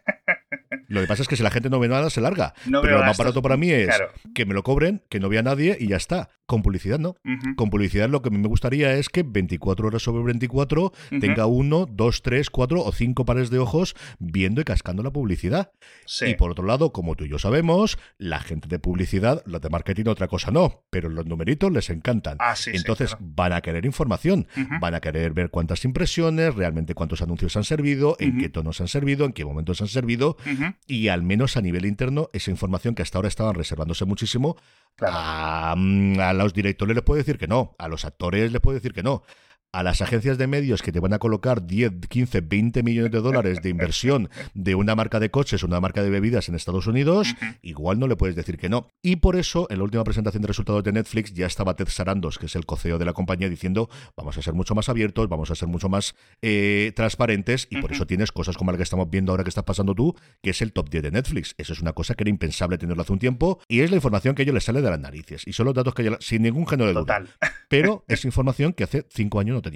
[SPEAKER 2] Lo que pasa es que si la gente no ve nada, se larga. No Pero lo más barato para mí es claro. que me lo cobren, que no vea nadie y ya está. Con publicidad no. Uh-huh. Con publicidad lo que a mí me gustaría es que veinticuatro horas sobre veinticuatro uh-huh. tenga uno, dos, tres, cuatro o cinco pares de ojos viendo y cascando la publicidad. Sí. Y por otro lado, como tú y yo sabemos, la gente de publicidad, los de marketing otra cosa no, pero los numeritos les encantan.
[SPEAKER 1] Ah, sí,
[SPEAKER 2] Entonces
[SPEAKER 1] sí, claro.
[SPEAKER 2] van a querer información, uh-huh. van a querer ver cuántas impresiones, realmente cuántos anuncios han servido, uh-huh. en qué tonos han servido, en qué momentos han servido, uh-huh. y al menos a nivel interno esa información que hasta ahora estaban reservándose muchísimo, claro. a, a los directores les puedo decir que no, a los actores les puedo decir que no. A las agencias de medios que te van a colocar diez, quince, veinte millones de dólares de inversión de una marca de coches o una marca de bebidas en Estados Unidos, uh-huh. igual no le puedes decir que no. Y por eso, en la última presentación de resultados de Netflix, ya estaba Ted Sarandos, que es el co-C E O de la compañía, diciendo vamos a ser mucho más abiertos, vamos a ser mucho más eh, transparentes, y uh-huh. por eso tienes cosas como la que estamos viendo ahora que estás pasando tú, que es el top diez de Netflix. Eso es una cosa que era impensable tenerlo hace un tiempo, y es la información que a ellos les sale de las narices. Y son los datos que hay, sin ningún género de duda.
[SPEAKER 1] Total.
[SPEAKER 2] Pero es información que hace cinco años no teníamos.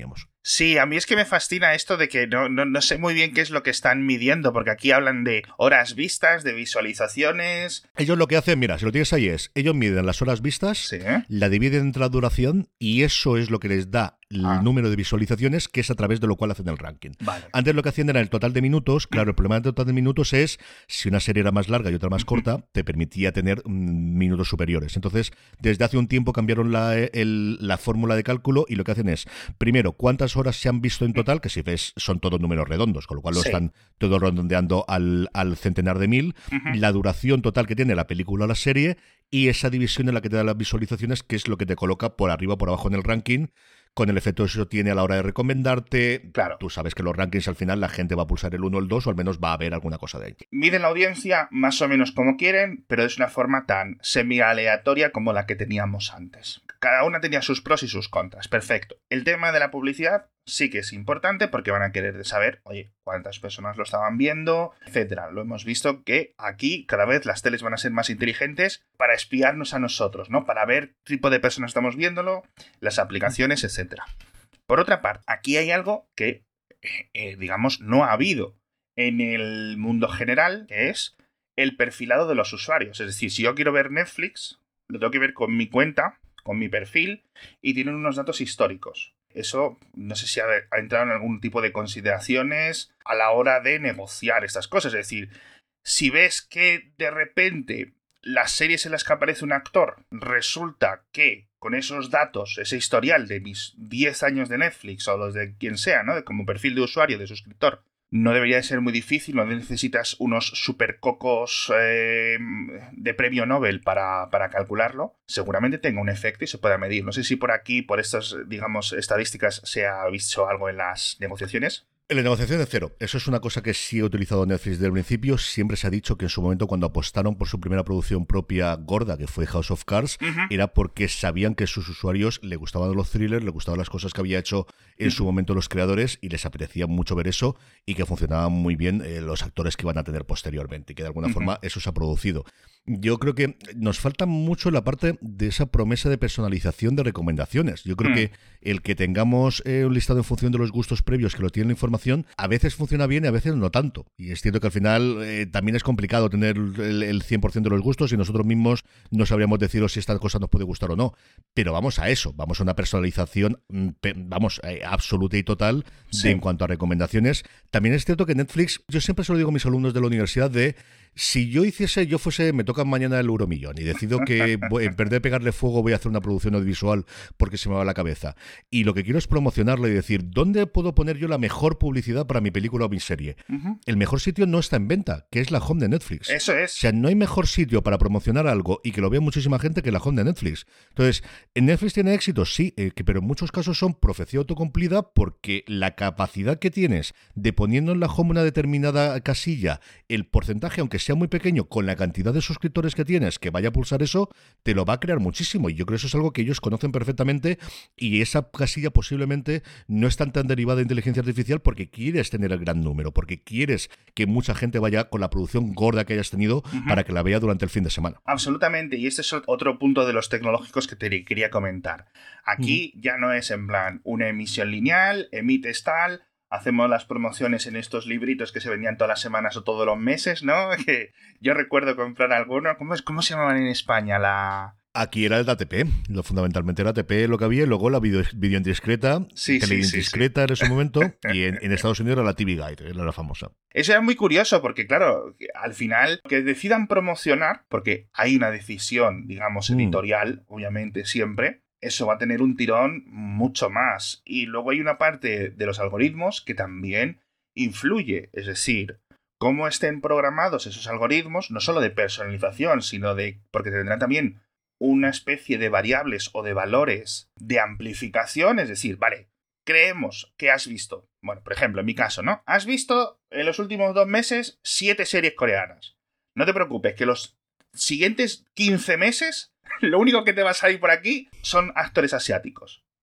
[SPEAKER 1] Sí, a mí es que me fascina esto de que no, no, no sé muy bien qué es lo que están midiendo, porque aquí hablan de horas vistas, de visualizaciones.
[SPEAKER 2] Ellos lo que hacen, mira, si lo tienes ahí es, ellos miden las horas vistas,
[SPEAKER 1] Sí.
[SPEAKER 2] la dividen entre la duración y eso es lo que les da el
[SPEAKER 1] Ah.
[SPEAKER 2] número de visualizaciones, que es a través de lo cual hacen el ranking.
[SPEAKER 1] Vale.
[SPEAKER 2] Antes lo que hacían era el total de minutos. Claro, el problema del total de minutos es si una serie era más larga y otra más corta, te permitía tener mm, minutos superiores. Entonces, desde hace un tiempo cambiaron la, el, la fórmula de cálculo y lo que hacen es, primero, cuántas horas se han visto en total, que si ves son todos números redondos, con lo cual lo
[SPEAKER 1] Sí.
[SPEAKER 2] están todos redondeando al, al centenar de mil,
[SPEAKER 1] Ujú.
[SPEAKER 2] la duración total que tiene la película o la serie y esa división en la que te da las visualizaciones, que es lo que te coloca por arriba o por abajo en el ranking, con el efecto que eso tiene a la hora de recomendarte.
[SPEAKER 1] Claro.
[SPEAKER 2] Tú sabes que los rankings al final la gente va a pulsar el uno o el dos o al menos va a haber alguna cosa de ahí.
[SPEAKER 1] Miden la audiencia más o menos como quieren, pero es una forma tan semi-aleatoria como la que teníamos antes. Cada una tenía sus pros y sus contras. Perfecto. El tema de la publicidad sí que es importante porque van a querer saber, oye, cuántas personas lo estaban viendo, etcétera. Lo hemos visto que aquí cada vez las teles van a ser más inteligentes para espiarnos a nosotros, ¿no? Para ver qué tipo de personas estamos viéndolo, las aplicaciones, etcétera. Por otra parte, aquí hay algo que, eh, digamos, no ha habido en el mundo general, que es el perfilado de los usuarios. Es decir, si yo quiero ver Netflix, lo tengo que ver con mi cuenta, con mi perfil, y tienen unos datos históricos. Eso no sé si ha, ha entrado en algún tipo de consideraciones a la hora de negociar estas cosas. Es decir, si ves que de repente las series en las que aparece un actor resulta que con esos datos, ese historial de mis diez años de Netflix o los de quien sea, ¿no? Como perfil de usuario, de suscriptor, no debería de ser muy difícil, no necesitas unos supercocos eh, de premio Nobel para, para calcularlo. Seguramente tenga un efecto y se pueda medir. No sé si por aquí, por estas, digamos, estadísticas, se ha visto algo en las negociaciones.
[SPEAKER 2] En la negociación de cero, eso es una cosa que sí ha utilizado Netflix desde el principio. Siempre se ha dicho que en su momento cuando apostaron por su primera producción propia gorda, que fue House of Cards, uh-huh. era porque sabían que a sus usuarios le gustaban los thrillers, le gustaban las cosas que había hecho en uh-huh. su momento los creadores y les apetecía mucho ver eso y que funcionaban muy bien eh, los actores que iban a tener posteriormente y que de alguna uh-huh. forma eso se ha producido. Yo creo que nos falta mucho la parte de esa promesa de personalización de recomendaciones. Yo creo mm. que el que tengamos eh, un listado en función de los gustos previos que lo tiene la información, a veces funciona bien y a veces no tanto. Y es cierto que al final eh, también es complicado tener el, el cien por ciento de los gustos y nosotros mismos no sabríamos deciros si esta cosa nos puede gustar o no. Pero vamos a eso, vamos a una personalización, vamos, eh, absoluta y total
[SPEAKER 1] sí.
[SPEAKER 2] de, en cuanto a recomendaciones. También es cierto que Netflix, yo siempre se lo digo a mis alumnos de la universidad de... Si yo hiciese, yo fuese, me toca mañana el Euromillón y decido que en vez de pegarle fuego voy a hacer una producción audiovisual porque se me va la cabeza. Y lo que quiero es promocionarlo y decir, ¿dónde puedo poner yo la mejor publicidad para mi película o mi serie? Uh-huh. El mejor sitio no está en venta, que es la home de Netflix.
[SPEAKER 1] Eso es.
[SPEAKER 2] O sea, no hay mejor sitio para promocionar algo y que lo vea muchísima gente que la home de Netflix. Entonces, ¿en Netflix tiene éxito? Sí, eh, que, pero en muchos casos son profecía autocumplida porque la capacidad que tienes de poniendo en la home una determinada casilla, el porcentaje, aunque sea sea muy pequeño, con la cantidad de suscriptores que tienes, que vaya a pulsar eso, te lo va a crear muchísimo. Y yo creo que eso es algo que ellos conocen perfectamente y esa casilla posiblemente no es tan, tan derivada de inteligencia artificial porque quieres tener el gran número, porque quieres que mucha gente vaya con la producción gorda que hayas tenido uh-huh. para que la vea durante el fin de semana.
[SPEAKER 1] Absolutamente. Y este es otro punto de los tecnológicos que te quería comentar. Aquí uh-huh. ya no es en plan una emisión lineal, emites tal... Hacemos las promociones en estos libritos que se vendían todas las semanas o todos los meses, ¿no? Que yo recuerdo comprar alguno. ¿Cómo, es, cómo se llamaban en España? La...
[SPEAKER 2] Aquí era el A T P, lo fundamentalmente era A T P lo que había, y luego la video, video indiscreta,
[SPEAKER 1] sí,
[SPEAKER 2] tele
[SPEAKER 1] sí,
[SPEAKER 2] indiscreta
[SPEAKER 1] sí, sí.
[SPEAKER 2] en ese momento, y en, en Estados Unidos era la T V Guide, era la famosa.
[SPEAKER 1] Eso era muy curioso porque, claro, al final, que decidan promocionar, porque hay una decisión, digamos, editorial, mm. obviamente, siempre... eso va a tener un tirón mucho más. Y luego hay una parte de los algoritmos que también influye. Es decir, cómo estén programados esos algoritmos, no solo de personalización, sino de... porque tendrán también una especie de variables o de valores de amplificación. Es decir, vale, creemos que has visto... Bueno, por ejemplo, en mi caso, ¿no? Has visto en los últimos dos meses siete series coreanas. No te preocupes, que los siguientes quince meses... lo único que te va a salir por aquí son actores asiáticos.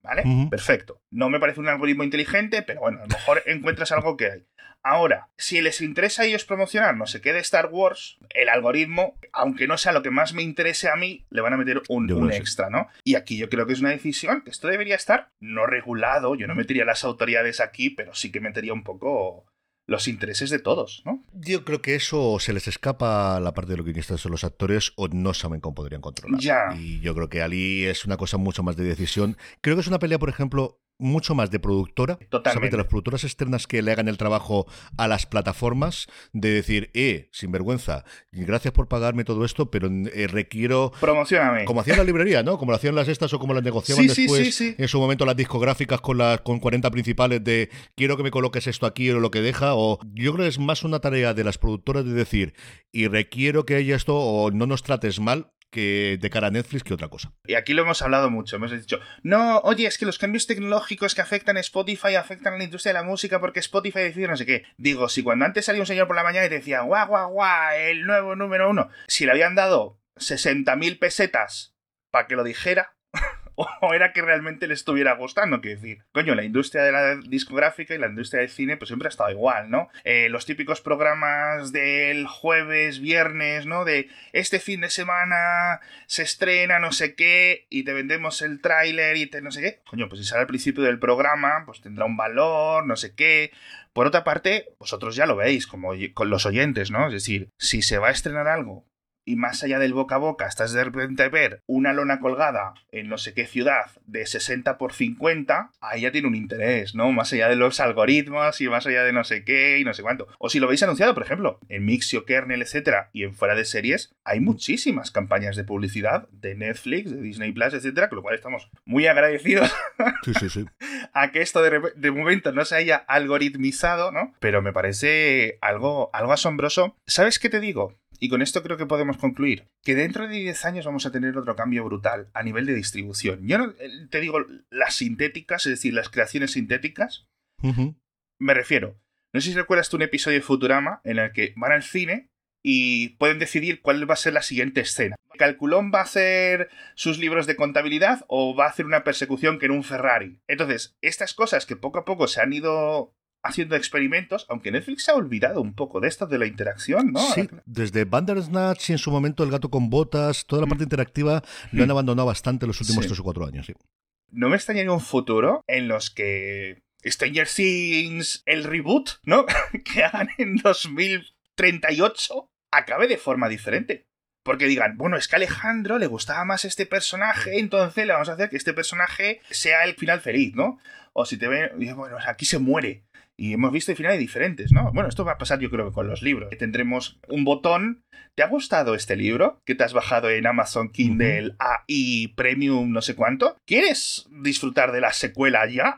[SPEAKER 1] ¿vale?
[SPEAKER 2] Uh-huh.
[SPEAKER 1] Perfecto. No me parece un algoritmo inteligente, pero bueno, a lo mejor encuentras algo que hay. Ahora, si les interesa a ellos promocionar no sé qué de Star Wars, el algoritmo, aunque no sea lo que más me interese a mí, le van a meter un, un extra, ¿no? Y aquí yo creo que es una decisión que esto debería estar no regulado. Yo no metería las autoridades aquí, pero sí que metería un poco los intereses de todos, ¿no?
[SPEAKER 2] Yo creo que eso se les escapa a la parte de lo que son los actores o no saben cómo podrían controlar.
[SPEAKER 1] Ya.
[SPEAKER 2] Y yo creo que Ali es una cosa mucho más de decisión. Creo que es una pelea, por ejemplo, mucho más de productora.
[SPEAKER 1] Totalmente.
[SPEAKER 2] ¿Sabes? De las productoras externas que le hagan el trabajo a las plataformas, de decir, eh, sinvergüenza, gracias por pagarme todo esto, pero eh, requiero...
[SPEAKER 1] Promocioname.
[SPEAKER 2] Como hacían la librería, ¿no? Como lo hacían las estas o como las negociaban
[SPEAKER 1] sí,
[SPEAKER 2] después,
[SPEAKER 1] sí, sí, sí.
[SPEAKER 2] en su momento las discográficas con las con cuarenta principales de quiero que me coloques esto aquí o lo que deja, o yo creo que es más una tarea de las productoras de decir, y requiero que haya esto o no nos trates mal, que de cara a Netflix que otra cosa.
[SPEAKER 1] Y aquí lo hemos hablado mucho, hemos dicho, no, oye, es que los cambios tecnológicos que afectan a Spotify afectan a la industria de la música porque Spotify decide no sé qué. Digo, si cuando antes salía un señor por la mañana y te decía, guau, guau, guau, el nuevo número uno, si le habían dado sesenta mil pesetas para que lo dijera, o era que realmente le estuviera gustando, quiero decir. Coño, la industria de la discográfica y la industria del cine pues siempre ha estado igual, ¿no? Eh, los típicos programas del jueves, viernes, ¿no? De este fin de semana se estrena no sé qué y te vendemos el tráiler y te no sé qué. Coño, pues si sale al principio del programa, pues tendrá un valor, no sé qué. Por otra parte, vosotros ya lo veis, como con los oyentes, ¿no? Es decir, si se va a estrenar algo y más allá del boca a boca, estás de repente a ver una lona colgada en no sé qué ciudad de sesenta por cincuenta, ahí ya tiene un interés, ¿no? Más allá de los algoritmos y más allá de no sé qué y no sé cuánto. O si lo veis anunciado, por ejemplo, en Mixio, Kernel, etcétera, y en fuera de series, hay muchísimas campañas de publicidad de Netflix, de Disney Plus, etcétera, con lo cual estamos muy agradecidos
[SPEAKER 2] sí, sí, sí.
[SPEAKER 1] a que esto de, de momento no se haya algoritmizado, ¿no? Pero me parece algo, algo asombroso. ¿Sabes qué te digo? Y con esto creo que podemos concluir que dentro de diez años vamos a tener otro cambio brutal a nivel de distribución. Yo no te digo las sintéticas, es decir, las creaciones sintéticas.
[SPEAKER 2] Uh-huh.
[SPEAKER 1] Me refiero, no sé si recuerdas tú un episodio de Futurama en el que van al cine y pueden decidir cuál va a ser la siguiente escena. ¿Calculón va a hacer sus libros de contabilidad o va a hacer una persecución que en un Ferrari? Entonces, estas cosas que poco a poco se han ido haciendo experimentos, aunque Netflix se ha olvidado un poco de esto de la interacción, ¿no?
[SPEAKER 2] Sí, desde Bandersnatch y en su momento El gato con botas, toda la parte interactiva lo han abandonado bastante en los últimos sí. tres o cuatro años. Sí.
[SPEAKER 1] No me extrañaría un futuro en los que Stranger Things, el reboot, ¿no? que hagan en dos mil treinta y ocho, acabe de forma diferente. Porque digan, bueno, es que a Alejandro le gustaba más este personaje, entonces le vamos a hacer que este personaje sea el final feliz, ¿no? O si te ven, bueno, aquí se muere. Y hemos visto finales diferentes, ¿no? Bueno, esto va a pasar yo creo que con los libros. Tendremos un botón. ¿Te ha gustado este libro que te has bajado en Amazon Kindle uh-huh. A I Premium no sé cuánto? ¿Quieres disfrutar de la secuela ya?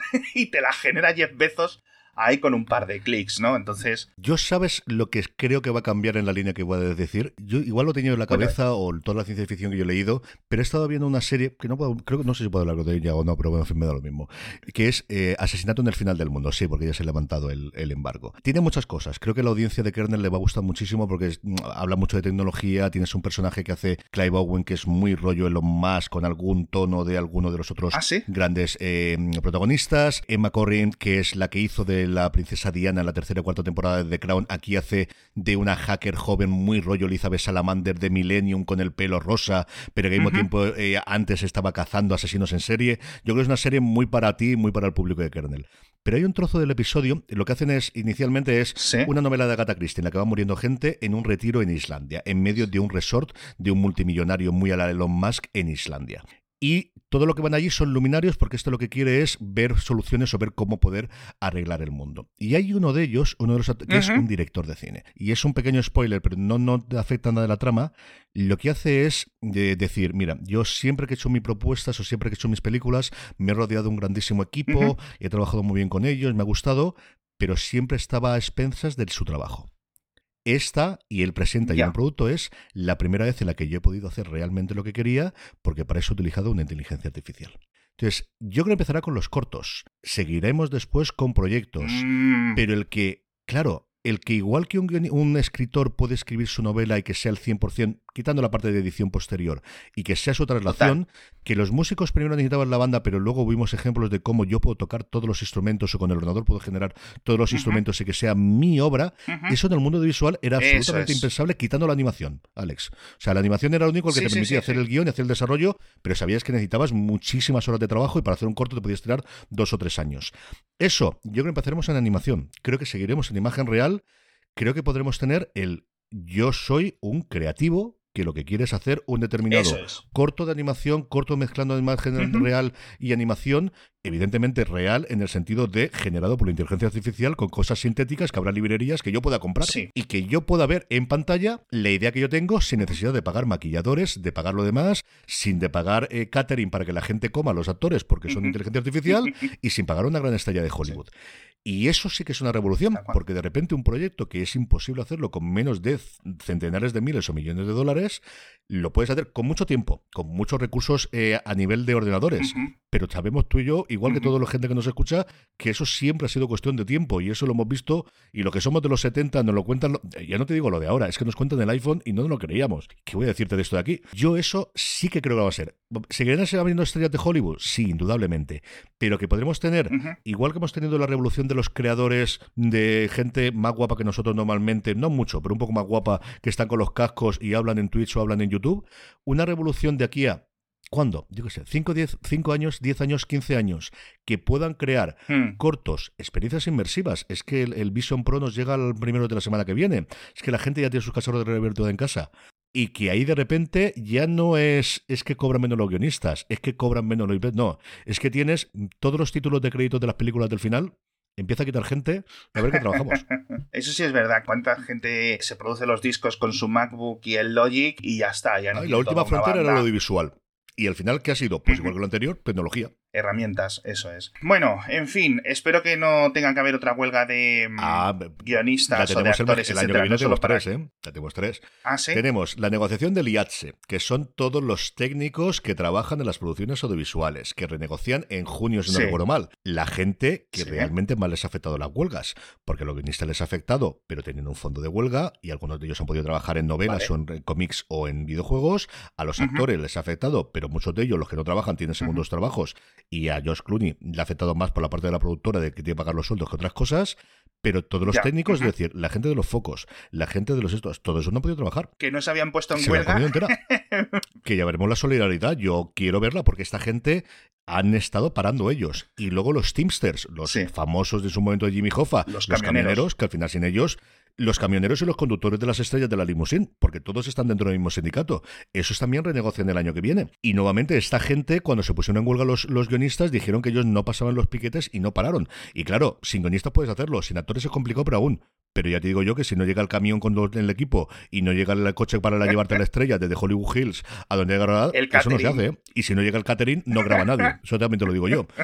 [SPEAKER 1] Y te la genera Jeff Bezos ahí con un par de clics, ¿no? Entonces...
[SPEAKER 2] Yo sabes lo que creo que va a cambiar en la línea que voy a decir. Yo igual lo he tenido en la cabeza bueno, o toda la ciencia ficción que yo he leído, pero he estado viendo una serie que no puedo, creo que no sé si puedo hablar de ella o no, pero bueno, en fin, me da lo mismo. Que es eh, Asesinato en el final del mundo. Sí, porque ya se ha levantado el, el embargo. Tiene muchas cosas. Creo que a la audiencia de Kernel le va a gustar muchísimo porque es, habla mucho de tecnología. Tienes un personaje que hace Clive Owen que es muy rollo Elon Musk con algún tono de alguno de los otros
[SPEAKER 1] ¿Ah, sí?
[SPEAKER 2] grandes eh, protagonistas. Emma Corrin, que es la que hizo de la princesa Diana en la tercera y cuarta temporada de The Crown, aquí hace de una hacker joven muy rollo Elizabeth Salamander de Millennium con el pelo rosa, pero que al mismo uh-huh. tiempo eh, antes estaba cazando asesinos en serie. Yo creo que es una serie muy para ti, muy para el público de Kernel. Pero hay un trozo del episodio, lo que hacen es, inicialmente es ¿Sí? una novela de Agatha Christie en la que va muriendo gente en un retiro en Islandia, en medio de un resort de un multimillonario muy a la Elon Musk en Islandia. Y todo lo que van allí son luminarios porque esto lo que quiere es ver soluciones o ver cómo poder arreglar el mundo. Y hay uno de ellos, uno de los que uh-huh. es un director de cine. Y es un pequeño spoiler, pero no, no afecta nada de la trama. Lo que hace es de decir, mira, yo siempre que he hecho mis propuestas o siempre que he hecho mis películas, me he rodeado de un grandísimo equipo, uh-huh. he trabajado muy bien con ellos, me ha gustado, pero siempre estaba a expensas de su trabajo. Esta, y él presenta ya un producto, es la primera vez en la que yo he podido hacer realmente lo que quería, porque para eso he utilizado una inteligencia artificial. Entonces, yo creo que empezará con los cortos. Seguiremos después con proyectos. Mm. Pero el que, claro, el que igual que un, un escritor puede escribir su novela y que sea el cien por ciento, quitando la parte de edición posterior, y que sea su traslación, Total. que los músicos primero necesitaban la banda, pero luego vimos ejemplos de cómo yo puedo tocar todos los instrumentos o con el ordenador puedo generar todos los uh-huh. instrumentos y que sea mi obra, uh-huh. eso en el mundo visual era absolutamente es. impensable, quitando la animación, Alex. O sea, la animación era lo único que sí, te permitía sí, sí, hacer sí. el guión y hacer el desarrollo, pero sabías que necesitabas muchísimas horas de trabajo y para hacer un corto te podías tirar dos o tres años. Eso, yo creo que empezaremos en animación. Creo que seguiremos en imagen real. Creo que podremos tener el yo soy un creativo que lo que quiere es hacer un determinado es. corto de animación, corto mezclando imagen uh-huh. real y animación, evidentemente real en el sentido de generado por la inteligencia artificial con cosas sintéticas que habrá librerías que yo pueda comprar sí. y que yo pueda ver en pantalla la idea que yo tengo sin necesidad de pagar maquilladores, de pagar lo demás, sin de pagar eh, catering para que la gente coma a los actores porque son uh-huh. inteligencia artificial y sin pagar una gran estrella de Hollywood. Sí. Y eso sí que es una revolución, porque de repente un proyecto que es imposible hacerlo con menos de centenares de miles o millones de dólares, lo puedes hacer con mucho tiempo, con muchos recursos eh, a nivel de ordenadores. Uh-huh. Pero sabemos tú y yo, igual uh-huh. que toda la gente que nos escucha, que eso siempre ha sido cuestión de tiempo, y eso lo hemos visto, y lo que somos de los setenta nos lo cuentan, ya no te digo lo de ahora, es que nos cuentan el iPhone y no nos lo creíamos. ¿Qué voy a decirte de esto de aquí? Yo eso sí que creo que va a ser. ¿Seguirán abriendo estrellas de Hollywood? Sí, indudablemente. Pero que podremos tener, uh-huh. igual que hemos tenido la revolución de los creadores de gente más guapa que nosotros normalmente, no mucho, pero un poco más guapa, que están con los cascos y hablan en Twitch o hablan en YouTube, una revolución de aquí a ¿cuándo? Yo qué sé, cinco, diez, cinco años, diez años, quince años, que puedan crear hmm. cortos, experiencias inmersivas. Es que el, el Vision Pro nos llega al primero de la semana que viene. Es que la gente ya tiene sus cacharros de realidad virtual en casa. Y que ahí de repente ya no es, es que cobran menos los guionistas, es que cobran menos los... No, es que tienes todos los títulos de crédito de las películas del final. Empieza a quitar gente, a ver qué trabajamos.
[SPEAKER 1] Eso sí es verdad. ¿Cuánta gente se produce los discos con su MacBook y el Logic y ya está? Ya no
[SPEAKER 2] ah, y la última frontera era lo audiovisual. ¿Y al final qué ha sido? Pues igual que lo anterior, tecnología.
[SPEAKER 1] Herramientas, eso es. Bueno, en fin, espero que no tenga que haber otra huelga de
[SPEAKER 2] ah,
[SPEAKER 1] guionistas o de actores,
[SPEAKER 2] el, el año que viene no tenemos tres, ¿eh? Ya tenemos tres.
[SPEAKER 1] ¿Ah, sí?
[SPEAKER 2] Tenemos la negociación del I A T S E, que son todos los técnicos que trabajan en las producciones audiovisuales, que renegocian en junio, si no sí. recuerdo mal. La gente que sí. realmente más les ha afectado las huelgas, porque a los guionistas les ha afectado, pero teniendo un fondo de huelga, y algunos de ellos han podido trabajar en novelas vale. o en cómics o en videojuegos. A los uh-huh. actores les ha afectado, pero muchos de ellos, los que no trabajan, tienen segundos uh-huh. trabajos, y a Josh Clooney le ha afectado más por la parte de la productora de que tiene que pagar los sueldos que otras cosas, pero todos los ya. técnicos, uh-huh. es decir, la gente de los focos, la gente de los estos, todo eso no ha podido trabajar.
[SPEAKER 1] Que no se habían puesto en
[SPEAKER 2] se
[SPEAKER 1] huelga.
[SPEAKER 2] Que ya veremos la solidaridad, yo quiero verla porque esta gente han estado parando ellos. Y luego los Teamsters, los sí. famosos de su momento de Jimmy Hoffa,
[SPEAKER 1] los,
[SPEAKER 2] los
[SPEAKER 1] camioneros.
[SPEAKER 2] camioneros, que al final sin ellos... Los camioneros y los conductores de las estrellas de la limusín, porque todos están dentro del mismo sindicato. Esos también renegocian el año que viene. Y nuevamente, esta gente, cuando se pusieron en huelga los, los guionistas, dijeron que ellos no pasaban los piquetes y no pararon. Y claro, sin guionistas puedes hacerlo, sin actores es complicado, pero aún. Pero ya te digo yo que si no llega el camión con el equipo y no llega el coche para la llevarte a la estrella desde Hollywood Hills a donde llega a grabar, eso no se hace, ¿eh? Y si no llega el catering, no graba nadie. Eso también te lo digo yo.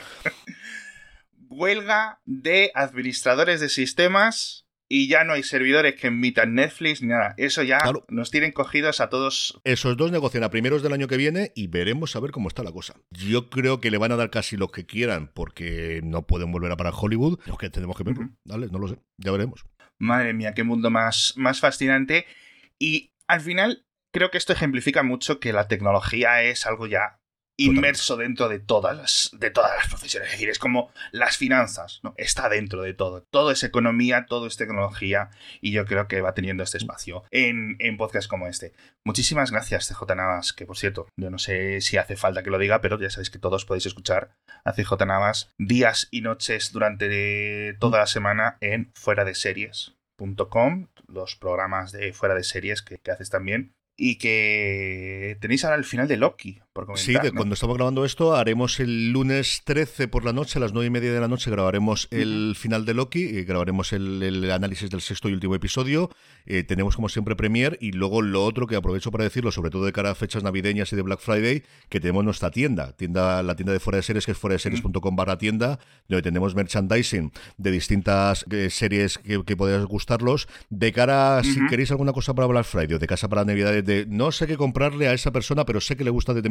[SPEAKER 1] Huelga de administradores de sistemas... Y ya no hay servidores que emitan Netflix ni nada. Eso ya claro. nos tienen cogidos a todos.
[SPEAKER 2] Esos dos negocian a primeros del año que viene y veremos a ver cómo está la cosa. Yo creo que le van a dar casi lo que quieran porque no pueden volver a parar Hollywood. Lo que tenemos que verlo. Uh-huh. Dale, no lo sé. Ya veremos.
[SPEAKER 1] Madre mía, qué mundo más, más fascinante. Y al final creo que esto ejemplifica mucho que la tecnología es algo ya inmerso dentro de todas las, de todas las profesiones. Es decir, es como las finanzas, ¿no? Está dentro de todo. Todo es economía, todo es tecnología, y yo creo que va teniendo este espacio en, en podcasts como este. Muchísimas gracias, C J Navas, que por cierto, yo no sé si hace falta que lo diga, pero ya sabéis que todos podéis escuchar a C J Navas días y noches durante toda la semana en fuera de series punto com, los programas de Fuera de Series que, que haces también. Y que tenéis ahora el final de Loki por comentar.
[SPEAKER 2] Sí, de, ¿no? Cuando estamos grabando esto, haremos el lunes trece por la noche, a las nueve y media de la noche, grabaremos el uh-huh. final de Loki, y grabaremos el, el análisis del sexto y último episodio. Eh, tenemos, como siempre, Premiere, y luego lo otro que aprovecho para decirlo, sobre todo de cara a fechas navideñas y de Black Friday, que tenemos nuestra tienda, tienda la tienda de Fuera de Series, que es fuera de series punto com barra tienda, donde tenemos merchandising de distintas eh, series que, que podéis gustarlos. De cara, uh-huh. si queréis alguna cosa para Black Friday o de casa para Navidades, de no sé qué comprarle a esa persona, pero sé que le gusta determinado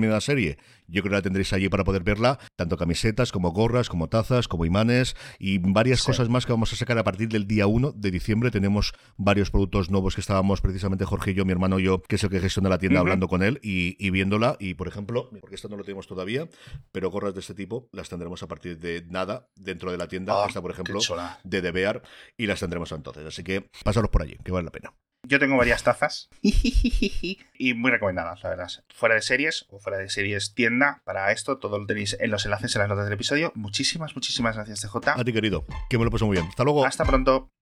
[SPEAKER 2] de la serie, yo creo que la tendréis allí para poder verla, tanto camisetas como gorras, como tazas, como imanes y varias sí. cosas más que vamos a sacar a partir del día uno de diciembre. Tenemos varios productos nuevos que estábamos precisamente Jorge y yo, mi hermano y yo, que es el que gestiona la tienda, uh-huh. hablando con él y, y viéndola. Y por ejemplo, porque esto no lo tenemos todavía, pero gorras de este tipo las tendremos a partir de nada dentro de la tienda, oh, hasta por ejemplo de The Bear, y las tendremos entonces. Así que pasaros por allí, que vale la pena.
[SPEAKER 1] Yo tengo varias tazas y muy recomendadas, la verdad. Fuera de series o fuera de series tienda, para esto todo lo tenéis en los enlaces en las notas del episodio. Muchísimas, muchísimas gracias, T J.
[SPEAKER 2] A ti, querido, que me lo paso muy bien. Hasta luego.
[SPEAKER 1] Hasta pronto.